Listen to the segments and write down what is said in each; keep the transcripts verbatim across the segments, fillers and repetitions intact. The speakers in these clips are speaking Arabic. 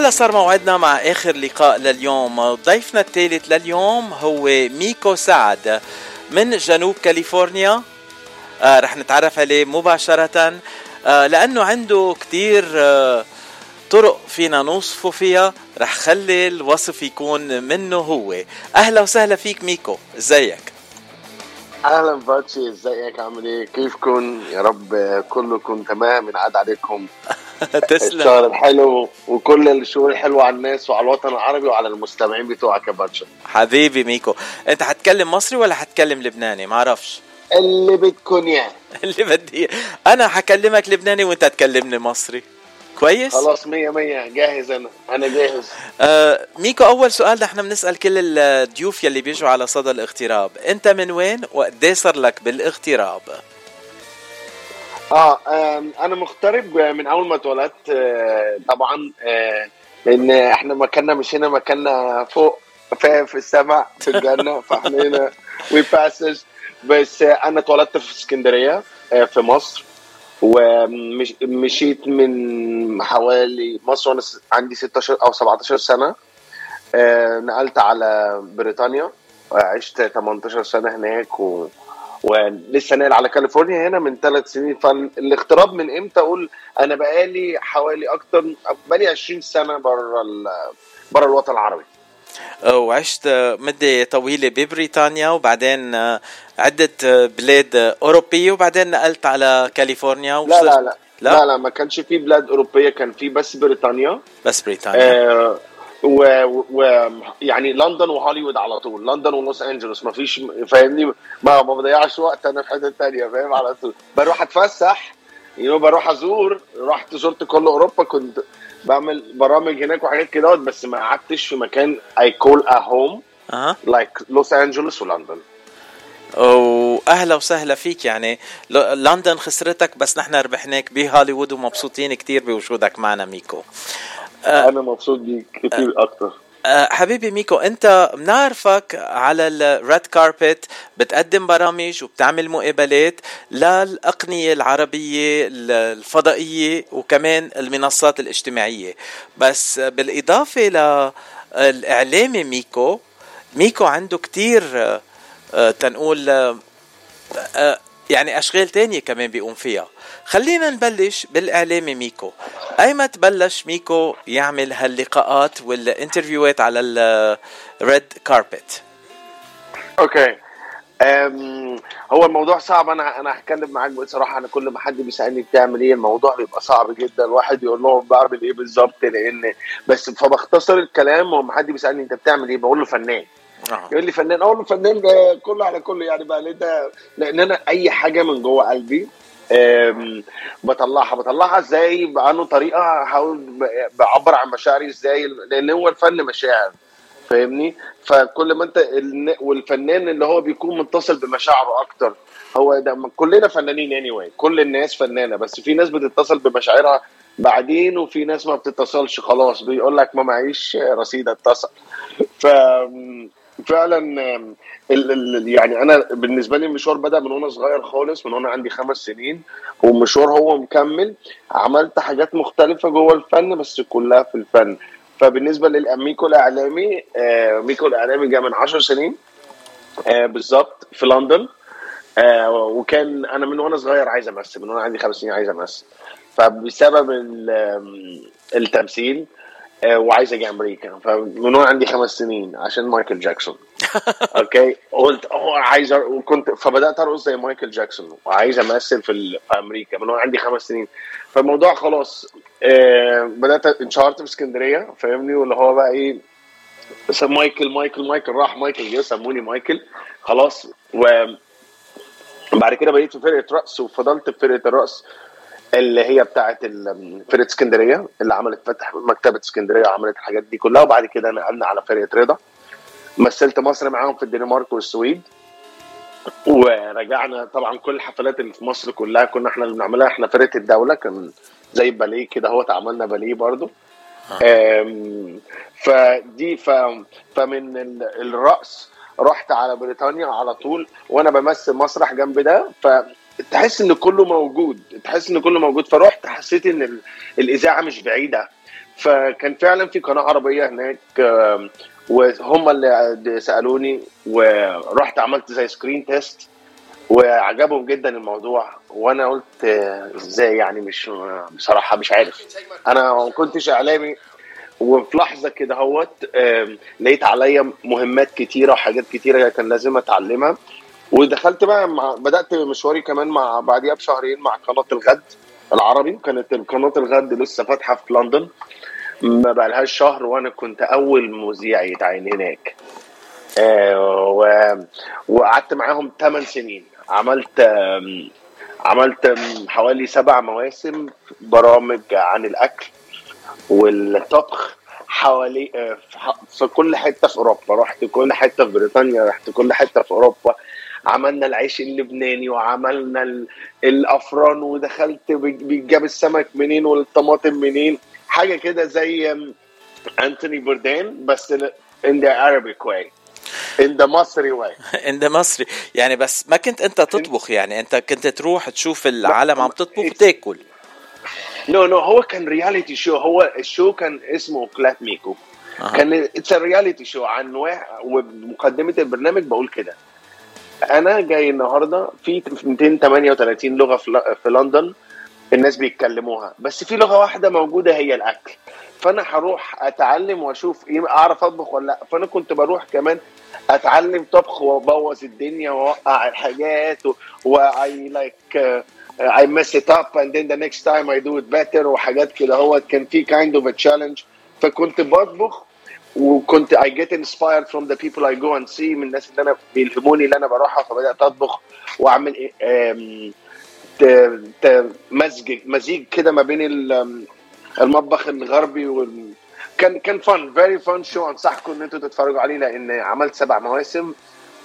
وهلا صار موعدنا مع آخر لقاء لليوم. ضيفنا الثالث لليوم هو ميكو سعد من جنوب كاليفورنيا. آه رح نتعرف عليه مباشرة آه لأنه عنده كتير آه طرق فينا نوصفه فيها. رح خلي الوصف يكون منه هو. أهلا وسهلا فيك ميكو، ازيك؟ اهلا باتشي، ازيك؟ عامل ايه؟ كيفكم؟ يا رب كلكم تمام. نعاد عليكم تسلم. الشهر الحلو وكل الشهور الحلوه على الناس وعلى الوطن العربي وعلى المستمعين بتوعك يا باتشي. حبيبي ميكو، انت هتكلم مصري ولا هتكلم لبناني؟ ما اعرفش اللي بدكم يعني. اللي بدي انا هكلمك لبناني وانت هتكلمني مصري. كويس؟ خلاص مية مية، جاهز. انا انا جاهز. آه ميكو، اول سؤال نحن بنسأل كل الضيوف يلي بيجوا على صدى الاغتراب، انت من وين وقديه صار لك بالاغتراب؟ اه انا مغترب من اول ما اتولدت. آه طبعا آه لان احنا مكاننا مش هنا، مكاننا فوق في السماء في الجنه فاحنا هنا وي باسز. بس آه انا اتولدت في اسكندريه آه في مصر، ومشيت من حوالي مصر وانا عندي ستاشر او سبعتاشر سنه. آه نقلت على بريطانيا، عشت تمنتاشر سنه هناك و ولسه ناقل على كاليفورنيا هنا من ثلاث سنين. فالاغتراب من امتى؟ اقول انا بقالي حوالي اكتر بقالي عشرين سنه بره بره الوطن العربي. وعشت مدة طويلة ببريطانيا وبعدين عدة بلاد أوروبية وبعدين نقلت على كاليفورنيا. لا لا لا لا لا, لا ما كانش في بلاد أوروبية، كان في بس بريطانيا. بس بريطانيا آه و, و يعني لندن وهوليوود على طول، لندن ولوس أنجلوس، ما فيش فاهمني، ما ما بضيعش وقت أنا في حتة تانية، فاهم؟ على طول بروح أتفسح، يو بروح أزور. رحت زرت كل أوروبا، كنت بعمل برامج هناك وحاجات كده، بس ما قعدتش في مكان I call a home أه. like لوس أنجلوس ولندن. واهلا وسهلا فيك. يعني لندن خسرتك بس نحن ربحناك بهوليوود ومبسوطين كتير بوجودك معنا ميكو. أه انا مبسوط بيك كتير أه اكتر. أه حبيبي ميكو، انت بنعرفك على الريد كاربت، بتقدم برامج وبتعمل مقابلات للأقنية العربية الفضائية وكمان المنصات الاجتماعية. بس بالإضافة للإعلامي ميكو ميكو عنده كتير أه تنقول أه يعني أشغال تانية كمان بيقوم فيها. خلينا نبلش بالإعلامي ميكو. أيما تبلش ميكو يعمل هاللقاءات والانترفيوات على الريد كاربت؟ اوكي. أم هو الموضوع صعب. انا انا هتكلم معاك بصراحه. انا كل ما حد بيسالني بتعمل ايه الموضوع بيبقى صعب جدا، الواحد يقول لهم بعمل ايه بالظبط، لان بس فبختصر الكلام. وما حد بيسالني انت بتعمل ايه بقول له فنان. آه. يقول لي فنان، اقول له فنان ده كله على كله يعني بقى ليه؟ لان انا اي حاجه من جوه قلبي بطلعها بطلعها ازاي؟ بأنه طريقه احاول بعبر عن مشاعري ازاي، لان هو الفن مشاعر، فاهمني؟ فكل ما انت والفنان اللي هو بيكون متصل بمشاعره اكتر. هو ده كلنا فنانين anyway، كل الناس فنانه، بس في ناس بتتصل بمشاعرها بعدين وفي ناس ما بتتصلش، خلاص بيقول لك ما معيش رصيد اتصل. ف فعلا ال ال يعني انا بالنسبه لي المشوار بدا من وانا صغير خالص، من وانا عندي خمس سنين، والمشوار هو مكمل. عملت حاجات مختلفه جوه الفن بس كلها في الفن. فبالنسبه للميكو الاعلامي، آه ميكو الاعلامي جاء من عشر سنين آه بالظبط في لندن. آه وكان انا من وانا صغير عايز امثل، من وانا عندي خمس سنين عايز امثل. فبسبب التمثيل آه وعايز اجي امريكا، فمن وانا عندي خمس سنين عشان مايكل جاكسون. اوكي قلت اه عايز، وكنت فبدات ارقص زي مايكل جاكسون وعايز امثل في في امريكا من وانا عندي خمس سنين. فالموضوع خلاص آه بدات انشهرت في اسكندريه، فاهمني؟ واللي هو بقى ايه، مايكل مايكل مايكل راح مايكل جه سموني مايكل خلاص. وبعد كده بقيت في فرقه رقص، وفضلت في فرقه الرقص اللي هي بتاعه فرقه اسكندريه اللي عملت فتح مكتبه اسكندريه وعملت الحاجات دي كلها. وبعد كده نقلنا على فرقه رضا، مثلت مصر معاهم في الدنمارك والسويد. ورجعنا طبعا كل الحفلات اللي في مصر كلها كنا احنا اللي بنعملها، احنا فرقه الدوله، كان زي باليه كده، هو عملنا باليه برضو. فدي ف فمن الرقص رحت على بريطانيا على طول، وانا بمثل مسرح جنب ده، فتحس ان كله موجود، تحس ان كله موجود. فرحت حسيت ان الاذاعه مش بعيده، فكان فعلا في قناه عربيه هناك، وهم اللي سالوني ورحت عملت زي سكرين تيست وعجبهم جدا الموضوع. وانا قلت ازاي يعني، مش بصراحه مش عارف، انا ما كنتش اعلامي. وفي لحظه كده هوت لقيت عليا مهمات كتيره وحاجات كتيره كان لازم اتعلمها، ودخلت بقى مع بدات مشواري كمان مع بعديها بشهرين مع قناه الغد العربي. كانت قناه الغد لسه فاتحه في لندن، ما بقالهاش شهر، وانا كنت اول مذيع يتعين هناك. آه وقعدت معاهم ثمان سنين. عملت عملت حوالي سبع مواسم برامج عن الاكل والطبخ حوالي في كل حته في اوروبا. رحت كل حته في بريطانيا، رحت كل حته في اوروبا. عملنا العيش اللبناني وعملنا الافران، ودخلت بيجاب السمك منين والطماطم منين، حاجه كده زي انتوني بوردين بس in the Arabic way، in the مصري way in the مصري يعني. بس ما كنت انت تطبخ يعني، انت كنت تروح تشوف العالم عم تطبخ وتاكل؟ نو no, نو no, هو كان رياليتي شو. هو الشو كان اسمه كلات ميكو. أه. كان اتس رياليتي شو عن واحد، ومقدمه البرنامج بقول كده: انا جاي النهارده في مئتين وثمانية وثلاثين لغه في لندن الناس بيتكلموها، بس في لغه واحده موجوده هي الاكل. فانا هروح اتعلم واشوف ايه اعرف اطبخ ولا لا. فانا كنت بروح كمان اتعلم طبخ وابوظ الدنيا واوقع الحاجات و I like uh, I mess it up and then the next time I do it better وحاجات كده. هو كان في kind of a challenge. فكنت بطبخ وكنت I get inspired from the people I go and see، من الناس اللي انا بيلهموني اللي انا بروحها. فبدات اطبخ واعمل مزج مزيج كده ما بين المطبخ الغربي وال... كان كان فن فيري فن شو. انصحكم ان انتوا تتفرجوا عليه لان عملت سبع مواسم،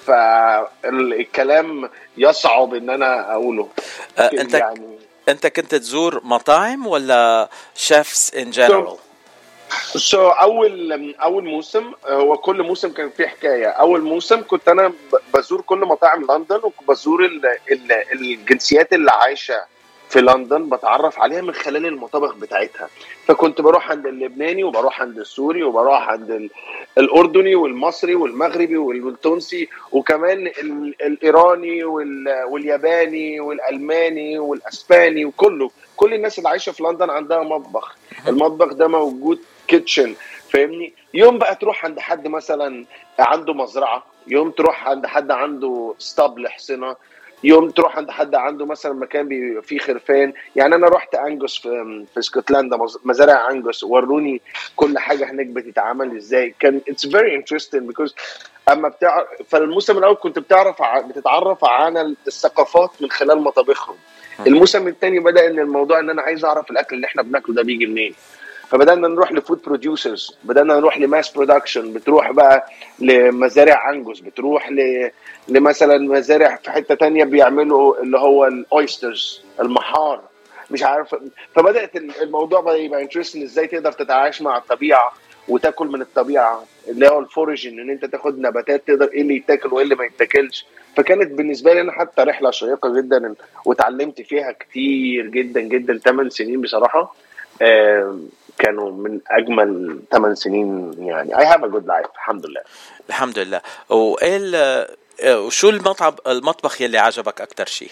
فالكلام يصعب ان انا اقوله. أه انت يعني انت كنت تزور مطاعم ولا شيفز ان جنرال؟ سو so, اول اول موسم، هو كل موسم كان فيه حكايه. اول موسم كنت انا بزور كل مطاعم لندن وبزور ال ال الجنسيات اللي عايشه في لندن، بتعرف عليها من خلال المطابخ بتاعتها. فكنت بروح عند اللبناني وبروح عند السوري وبروح عند الاردني والمصري والمغربي والتونسي وكمان الايراني والياباني والالماني والاسباني، وكله كل الناس اللي عايشه في لندن عندها مطبخ. المطبخ ده موجود كيتشن، فاهمني؟ يوم بقى تروح عند حد مثلا عنده مزرعه، يوم تروح عند حد عنده اسطبل حصنه، يوم تروح عند حد عنده مثلا مكان فيه خرفان. يعني انا رحت انجوس في في اسكتلندا، مزارع انجوس، وروني كل حاجه هناك بتتعمل ازاي. كان اتس فيري انترستنج بيكوز اما بتاع فالموسم الاول كنت بتعرف بتتعرف على الثقافات من خلال مطابخهم. الموسم الثاني بدا ان الموضوع ان انا عايز اعرف الاكل اللي احنا بناكله ده بيجي منين. فبدأنا نروح لفود بروديوسرز، بدأنا نروح لماس برودكشن، بتروح بقى لمزارع انجوس، بتروح ل... لمثلا مزارع في حتة تانية بيعملوا اللي هو الاويسترز، المحار، مش عارف. فبدأت الموضوع بقى يبقى انترستنج ازاي تقدر تتعايش مع الطبيعة وتاكل من الطبيعة، اللي هو الفورجن، ان انت تاخد نباتات تقدر ايه اللي يتاكل وايه اللي ما يتاكلش. فكانت بالنسبة لي انا حتى رحلة شيقة جدا وتعلمت فيها كتير جدا جدا. ثمان سنين بصراحة آه كانوا من اجمل ثمان سنين يعني. I have a good life الحمد لله. الحمد لله. وايه وشو المطعم المطبخ يلي عجبك اكتر شيء؟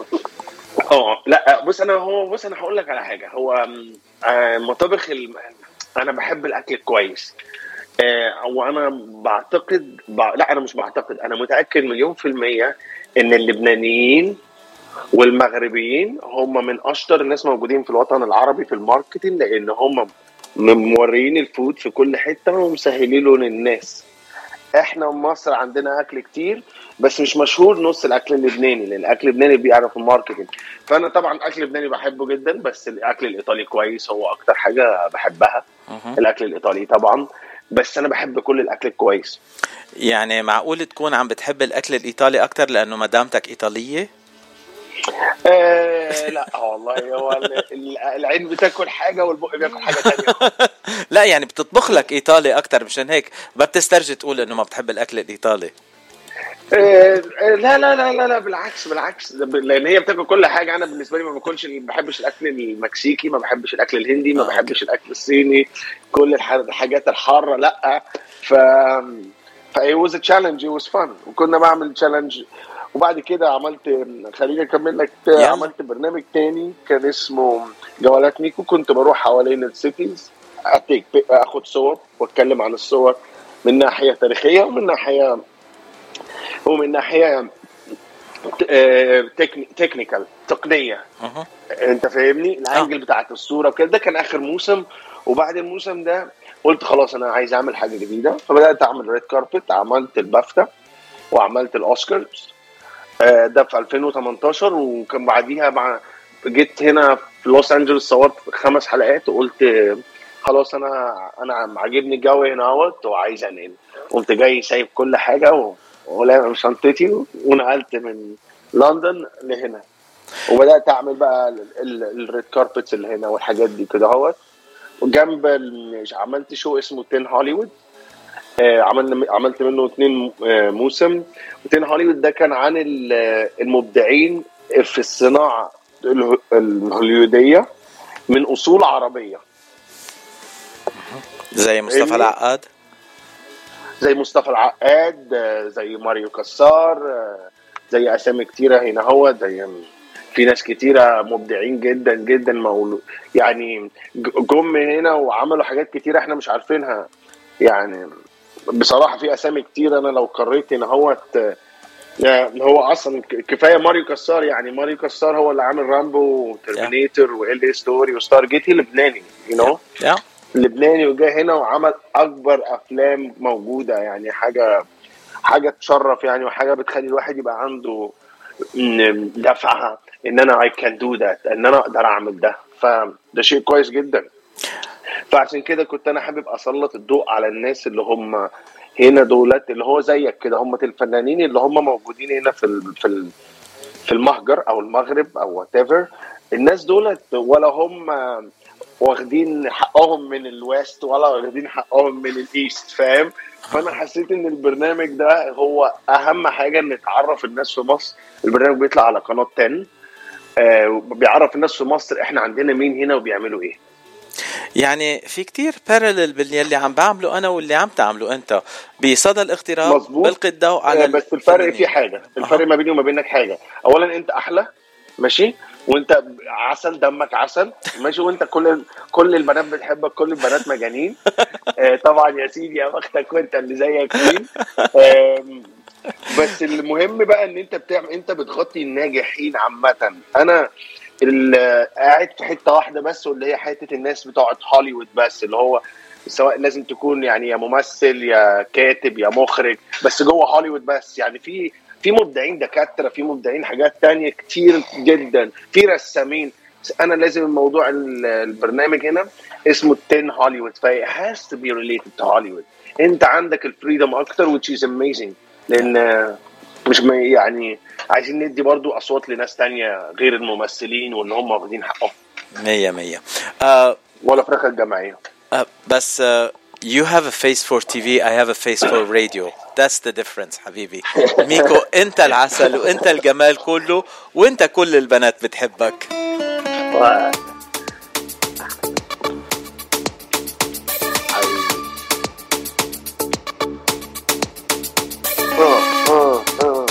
اه لا بص انا هو بص انا هقول لك على حاجه. هو مطابخ الم... انا بحب الاكل كويس، آه وانا بعتقد ب... لا انا مش بعتقد، انا متاكد مليون في الميه ان اللبنانيين والمغربيين هم من اشطر الناس موجودين في الوطن العربي في الماركتينج، لان هم موريين الفود في كل حته ومسهلينه للناس. احنا في مصر عندنا اكل كتير بس مش مشهور نص الاكل اللبناني، لان الاكل اللبناني بيعرف الماركتينج. فانا طبعا الاكل اللبناني بحبه جدا، بس الاكل الايطالي كويس، هو اكتر حاجه بحبها الاكل الايطالي طبعا، بس انا بحب كل الاكل الكويس. يعني معقول تكون عم بتحب الاكل الايطالي اكتر لانه مدامتك ايطاليه؟ آه لا والله، هو العين بتاكل حاجه والبق بياكل حاجه ثانيه. لا يعني بتطبخ لك ايطالي اكتر، مشان هيك ما بتسترجي تقول انه ما بتحب الاكل الايطالي. آه، آه، لا لا لا لا لا بالعكس بالعكس، لان هي بتاكل كل حاجه. انا بالنسبه لي ما باكلش، ما بحبش الاكل المكسيكي، ما بحبش الاكل الهندي، ما اه اوكي. بحبش الاكل الصيني، كل الح- الحاجات الحاره لا. ف ف it was a challenge, it was fun، وكنا بعمل تشالنج. وبعد كده عملت، خليني اكمل لك، يلا. عملت برنامج تاني كان اسمه جولات ميكو. كنت بروح حوالين السيتيز، أتيك اخد صور واتكلم عن الصور من ناحيه تاريخيه ومن ناحيه ومن ناحيه تكنيكال تقنيه. اها انت فاهمني، اه الانجل بتاعت الصوره وكده. ده كان اخر موسم. وبعد الموسم ده قلت خلاص انا عايز اعمل حاجه جديده، فبدات اعمل ريد كاربت. عملت البافتا وعملت الاوسكارز، آه، ده في ألفين وتمنتاشر. وكان بعديها مع جيت هنا في لوس انجلوس، صورت خمس حلقات وقلت آه، خلاص انا انا عاجبني الجو هنا اهوت وعايز انقل. قمت جاي سايب كل حاجه و- ولامم شنطتي ونقلت من لندن لهنا، وبدات اعمل بقى الريد كاربتس اللي هنا والحاجات دي كده اهوت. وجنب ال- عملت شو اسمه تين هوليوود. آه، عملنا عملت منه اتنين آه، موسم. وتين هوليوود ده كان عن ال- المبدعين في الصناعه اله- الهوليوديه من اصول عربيه. زي مصطفى فاهمني، العقاد. زي مصطفى العقاد، آه، زي ماريو كسار، آه، زي اسامي كتيره هنا هو، زي في ناس كتيره مبدعين جدا جدا مولو يعني ج- جم هنا وعملوا حاجات كتيره احنا مش عارفينها يعني. بصراحه في اسامي كتير انا لو قريت هنا هو يعني، هو اصلا ك- كفايه ماريو كسار. يعني ماريو كسار هو اللي عامل رامبو يا وترمينيتور وال اي ستوري وستار جيتي، لبناني يو يا نو يا لبناني، وجاء هنا وعمل اكبر افلام موجوده. يعني حاجه حاجه تشرف يعني، وحاجه بتخلي الواحد يبقى عنده م- دفعه ان انا اي كان دو ذات، ان انا اقدر اعمل ده. فده شيء كويس جدا. فعشان كده كنت انا حابب اسلط الضوء على الناس اللي هم هنا دولت، اللي هو زيك كده، هم الفنانين اللي هم موجودين هنا في ال في ال في المهجر او المغرب او وات ايفر. الناس دولت ولا هم واخدين حقهم من الويست ولا واخدين حقهم من الايست، فاهم؟ فانا حسيت ان البرنامج ده هو اهم حاجه، ان تعرف الناس في مصر. البرنامج بيطلع على قناه عشرة، آه، بيعرف الناس في مصر احنا عندنا مين هنا وبيعملوا ايه. يعني في كتير بارلل باللي عم بعمله انا واللي عم تعمله انت بصدى الاغتراب، مظبوط. بلقي الضوء آه، على بس الفرق في الفنانين. حاجه، اها الفرق ما بيني وما بينك حاجه. اولا انت احلى، ماشي، وانت عسل، دمك عسل، ماشي، وانت كل كل البنات بتحبك، كل البنات مجانين. آه، طبعا يا سيدي يا بختك، وانت اللي زيك مين. آم، بس المهم بقى ان انت بتعمل، انت بتغطي الناجحين عامه. انا ال- قاعد في حته واحده بس، واللي هي حته الناس بتوعت هوليوود بس، اللي هو سواء لازم تكون يعني يا ممثل يا كاتب يا مخرج، بس جوه هوليوود بس. يعني في في مبدعين دكاتره، في مبدعين حاجات تانية كتير جدا، في رسامين. انا لازم الموضوع ال- البرنامج هنا اسمه عشرة هوليوود، فهي has to be related to هوليوود. انت عندك الفريدم اكتر which is amazing، لان مش م- يعني عايزين ندي برضو اصوات لناس تانية غير الممثلين واللي هم واخدين حقهم، مية مية. آه ولا فراخ الجمعيه. آه بس آه you have a face for تي في, I have a face for radio. That's the difference حبيبي. ميكو انت العسل وانت الجمال كله، وانت كل البنات بتحبك. و- آه، آه، آه.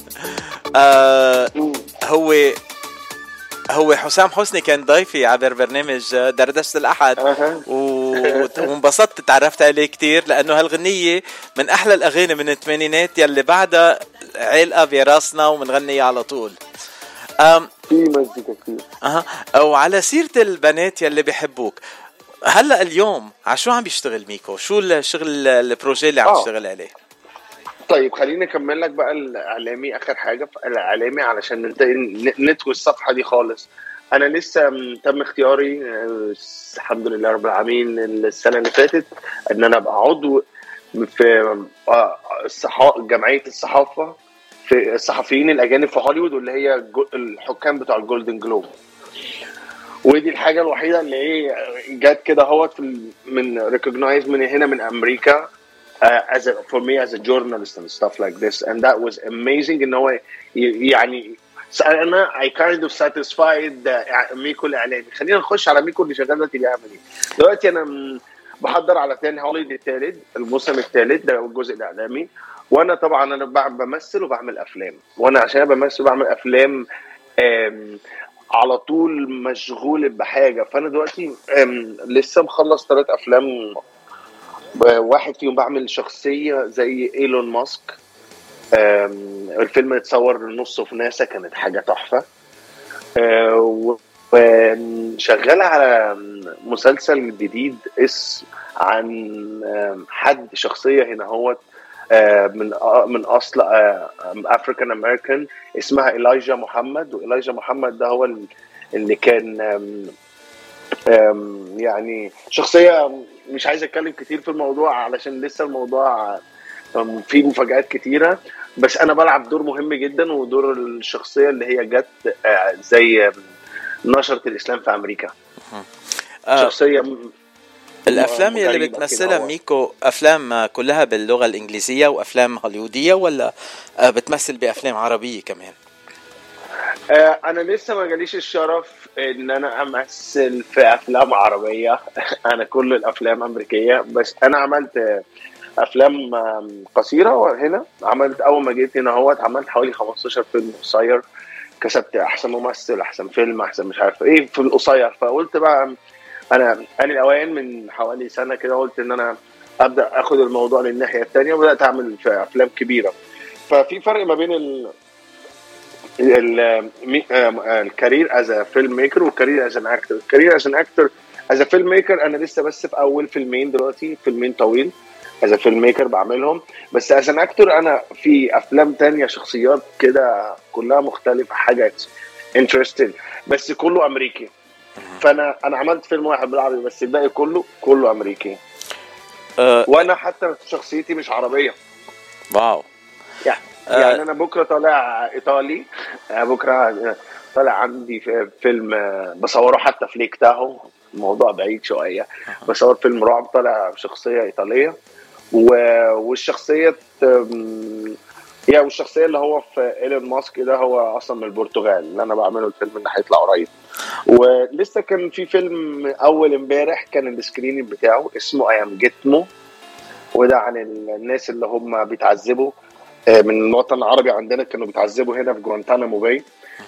آه مم. هو هو حسام حسني كان ضيفي عبر برنامج دردشة الأحد، أها. و- وانبسطت تعرفت عليه كتير، لأنه هالغنية من أحلى الأغاني من الثمانينات يلي بعدها علقة براسنا ومنغنيها على طول. أم في مزيكا كتير. أها. أو على سيرة البنات يلي بيحبوك، هلأ اليوم عشو عم بيشتغل ميكو؟ شو الشغل البروجي اللي عم اه تشتغل عليه؟ طيب خليني اكمل لك بقى الاعلامي، اخر حاجه في الاعلامي علشان ننتهي نتوي الصفحه دي خالص. انا لسه م- تم اختياري، آه، الحمد لله رب العالمين، السنه اللي فاتت ان انا ابقى عضو في آه، الصحا- جمعيه الصحافه في الصحفيين الاجانب في هوليوود، واللي هي جو- الحكام بتوع الجولدن جلوب. ودي الحاجه الوحيده اللي هي جت كده اهوت في ال- من ريكوجنايز من هنا من امريكا. uh, as a, for me as a journalist and stuff like this, and that was amazing. إن هو يعني أنا I kind of satisfied ميكو الإعلامي. خلينا نخش على ميكو اللي شغال دلوقتي بيعمل إيه. دلوقتي أنا بحضر على تاني هوليدي الثالث، الموسم الثالث ده الجزء الإعلامي. وانا طبعا انا بمثل وبعمل افلام، وانا عشان بمثل وبعمل افلام على طول مشغول بحاجه. فانا دلوقتي لسه مخلص ثلاث افلام، واحد فيهم بعمل شخصيه زي ايلون ماسك. الفيلم اتصور نصه في ناسا، كانت حاجه تحفه. وشغال على مسلسل جديد اسم عن حد شخصيه هنا هو من من اصل افريكان امريكان اسمها إيلايجا محمد. وإيلايجا محمد ده هو اللي كان يعني شخصيه مش عايز اتكلم كتير في الموضوع علشان لسه الموضوع فيه مفاجآت كتيره، بس انا بلعب دور مهم جدا، ودور الشخصيه اللي هي جت زي نشرة الاسلام في امريكا. شخصيه الافلام اللي بتمثلها ميكو افلام كلها باللغه الانجليزيه وافلام هوليوديه، ولا بتمثل بافلام عربيه كمان؟ انا لسه ما جاليش الشرف ان انا امثل في افلام عربيه. انا كل الافلام امريكيه، بس انا عملت افلام قصيره هنا. عملت اول ما جيت هنا اهوت عملت حوالي خمستاشر فيلم قصير، كسبت احسن ممثل، احسن فيلم، احسن مش عارف ايه في القصير. فقلت بقى انا انا الاوان من حوالي سنه كده قلت ان انا ابدا اخد الموضوع للناحيه الثانيه، وبدات اعمل في افلام كبيره. ففي فرق ما بين ال الكارير از فيلم ميكر والكارير از ان اكتر. الكارير از ان اكتر از فيلم ميكر انا لسه بس في اول فيلمين دلوقتي، فيلمين طويل از فيلم ميكر بعملهم. بس از ان اكتر انا في افلام تانية شخصيات كده كلها مختلفه، حاجه انترستنج، بس كله امريكي. فانا انا عملت فيلم واحد بالعربي، بس الباقي كله كله امريكي. أه وانا حتى شخصيتي مش عربيه. واو. يعني, أه يعني انا بكره طالع ايطالي، بكره طالع عندي في فيلم بصوره حتى في ليك تاهو، الموضوع بعيد شويه، بصور فيلم رعب طالع شخصيه ايطاليه. والشخصيه يا والشخصيه اللي هو في إيلون ماسك ده هو اصلا من البرتغال، اللي انا بعمله الفيلم اللي هيطلع قريب. ولسه كان في فيلم اول امبارح كان السكرينينج بتاعه اسمه اي ام جيتمو، وده عن الناس اللي هم بيتعذبوا من الوطن العربي عندنا، كانوا بيتعذبوا هنا في جوانتانامو باي.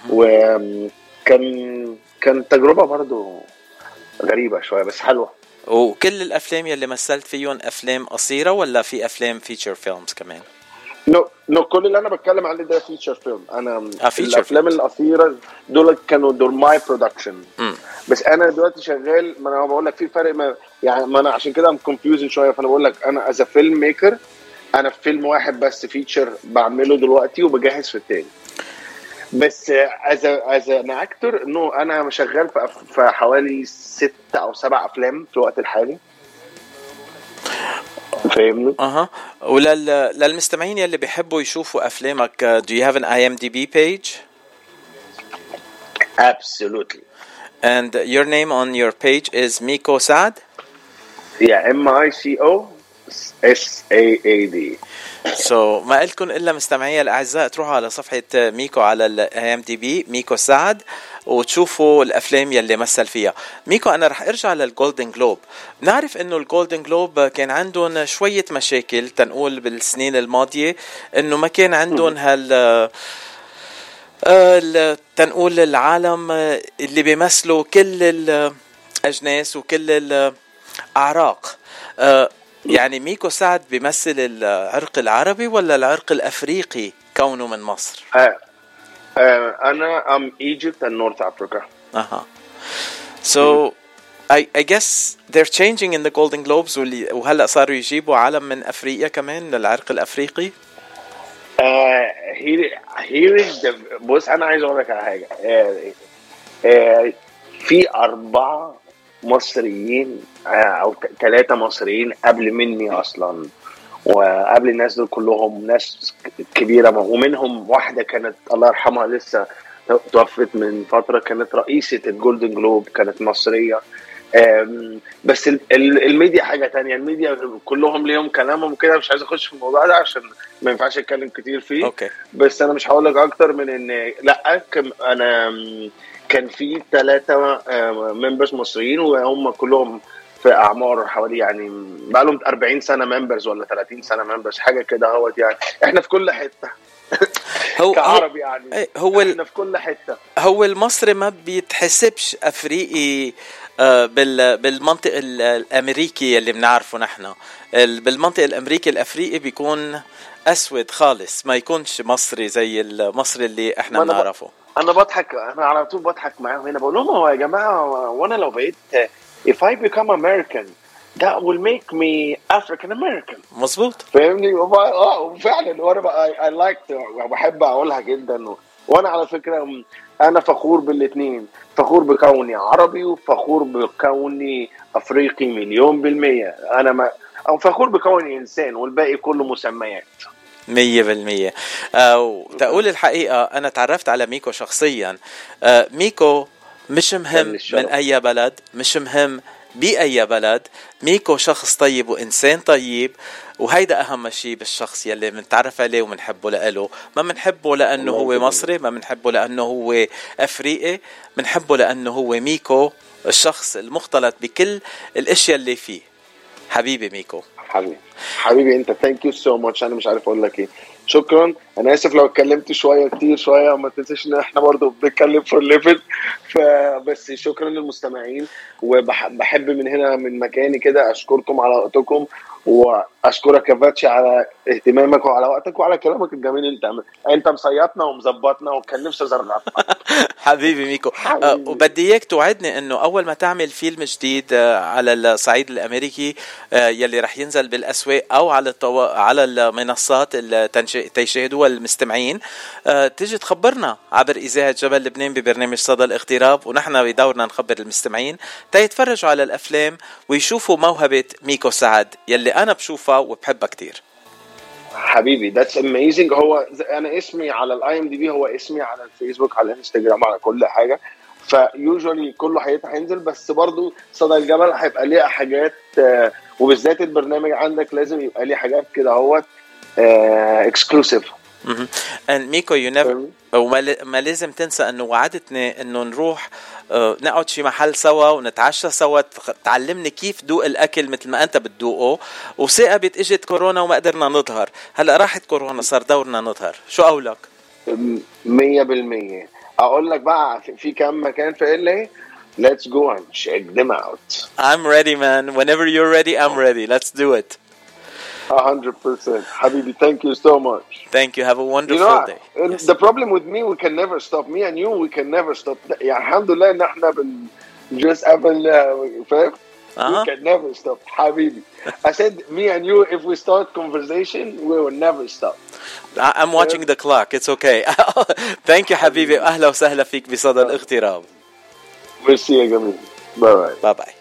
وكان كان تجربه برضو غريبه شويه بس حلوه. وكل الافلام اللي مثلت فيهم افلام قصيره ولا في افلام فيتشر فيلمز كمان؟ نو نو كل اللي انا بتكلم عليه ده فيتشر فيلم. انا آه الافلام القصيره دول كانوا دول ماي برودكشن، بس انا دلوقتي شغال. ما انا بقول لك في فرق، ما يعني ما انا عشان كده ام كونفيوزن شويه. فانا بقول لك انا از فيلم ميكر انا في فيلم واحد بس فيتشر بعمله دلوقتي وبجهز في التاني. بس از از ان اكتر نو انا شغال في حوالي ست او سبع افلام في الوقت الحالي، فاهمني؟ اها. وللمستمعين يلي بيحبوا يشوفوا افلامك, do you have an I M D B page? Absolutely. And your name on your page is Miko Saad? Yeah, M I C O S A A D. So ما قلتكم إلا مستمعي الأعزاء تروحوا على صفحة ميكو على ال آي إم دي بي ميكو سعد وتشوفوا الأفلام يلي مثل فيها. ميكو أنا رح أرجع للجولدن جلوب. نعرف إنه الجولدن جلوب كان عندهم شوية مشاكل تنقول بالسنين الماضية, إنه ما كان عندهم هال تنقول العالم اللي بيمثلوا كل الأجناس وكل الأعراق. يعني ميكو سعد بيمثل العرق العربي ولا العرق الأفريقي كونه من مصر؟ uh, uh, أنا I'm Egypt and North Africa. Uh-huh. So mm-hmm. I, I guess they're changing in the Golden Globes وهلأ صاروا يجيبوا عالم من أفريقيا كمان للعرق الأفريقي. Uh, here, here is the بص أنا عايز أقول لك على حاجة. uh, uh, في أربعة مصريين او ثلاثه مصريين قبل مني اصلا, وقبل الناس دول كلهم ناس كبيره, ومنهم واحده كانت الله يرحمها لسه توفت من فتره, كانت رئيسه الجولدن جلوب, كانت مصريه. بس الميديا حاجه تانية. الميديا كلهم ليهم كلامهم كده، مش عايز اخش في الموضوع ده عشان ما ينفعش اتكلم كتير فيه. أوكي. بس انا مش هقول لك اكتر من ان لا، انا كان في ثلاثه ممبرز مصريين وهم كلهم في اعمار حوالي يعني بقى لهم أربعين سنه ممبرز ولا ثلاثين سنه ممبرز حاجه كده اهوت. يعني احنا في كل حته هو كعربي يعني هو احنا في كل حته. هو المصري ما بيتحسبش افريقي بالمنطق الامريكي اللي بنعرفه نحن. بالمنطق الامريكي الافريقي بيكون اسود خالص، ما يكونش مصري زي المصري اللي احنا بنعرفه. انا بضحك، انا على طول بضحك معاهم هنا، بقول لهم هو يا جماعه وانا لو بقيت if I become American that will make me African American. مظبوط، فاهمني؟ اه فعلا. وانا بقى I like بحب اقولها جدا. وانا على فكره انا فخور بالاثنين، فخور بكوني عربي وفخور بكوني افريقي مليون بالمية. انا ما او فخور بكوني انسان والباقي كله مسميات. مية بالمية. أو تقول الحقيقة أنا تعرفت على ميكو شخصيا. أه ميكو مش مهم من أي بلد، مش مهم بأي بلد. ميكو شخص طيب وإنسان طيب، وهيدا أهم شيء بالشخص يلي منتعرف عليه ومنحبه لأله. ما منحبه لأنه هو مصري، ما منحبه لأنه هو أفريقي، منحبه لأنه هو ميكو الشخص المختلط بكل الأشياء اللي فيه. حبيبي ميكو، حبيبي حبيبي انت ثانك يو سو ماتش. انا مش عارف اقول لك ايه. شكرا. انا اسف لو اتكلمت شويه كتير شويه، وما تنساش ان احنا برضو بنتكلم في الليفل. فبس شكرا للمستمعين، وبحب من هنا من مكاني كده اشكركم على وقتكم، واشكرك يا فاتشي على اهتمامك وعلى وقتك وعلى كلامك الجميل. انت انت مصيطنا ومظبطنا وكان نفسي ازرعك. حبيبي ميكو. أه وبدي اياك توعدني انه اول ما تعمل فيلم جديد على الصعيد الامريكي أه يلي رح ينزل بالاسواق او على الطو... على المنصات اللي تيشاهدوها المستمعين، أه تيجي تخبرنا عبر اذاعه جبل لبنان ببرنامج صدى الاغتراب، ونحن بدورنا نخبر المستمعين تيتفرجوا على الافلام ويشوفوا موهبه ميكو سعد يلي انا بشوفها وبحبها كتير. حبيبي that's amazing. هو انا اسمي على الاي ام دي بي هو اسمي على الفيسبوك على الانستجرام على كل حاجه، فيوجوالي كله هينزل. بس برضو صدى الجبل هيبقى ليه حاجات، وبالذات البرنامج عندك لازم يبقى ليه حاجات كده اهوت اكسكلوسيف. and ميكو you never وما لازم تنسى انه وعدتني انه نروح نقعد في محل سوا ونتعشى سوا، تعلمني كيف دوق الاكل مثل ما انت بتدوقه. وثاقبت اجت كورونا وما قدرنا نظهر، هلا راحت كورونا صار دورنا نظهر. شو قولك؟ مية بالمية. اقول لك بقى في كم مكان في إل let's go and check them out. I'm ready man, whenever you're ready I'm ready. Let's do it. one hundred percent. Habibi, thank you so much. Thank you. Have a wonderful you know, day. Yes. The problem with me, we can never stop. Me and you, we can never stop. Yeah, alhamdulillah, نحن بن just happen, فاهم? We can never stop. Habibi. I said, me and you, if we start conversation, we will never stop. I'm watching the clock. It's okay. Thank you, حبيبي. أهلا وسهلا فيك بصدى الاغتراب. Merci يا جميل. Bye bye. Bye bye.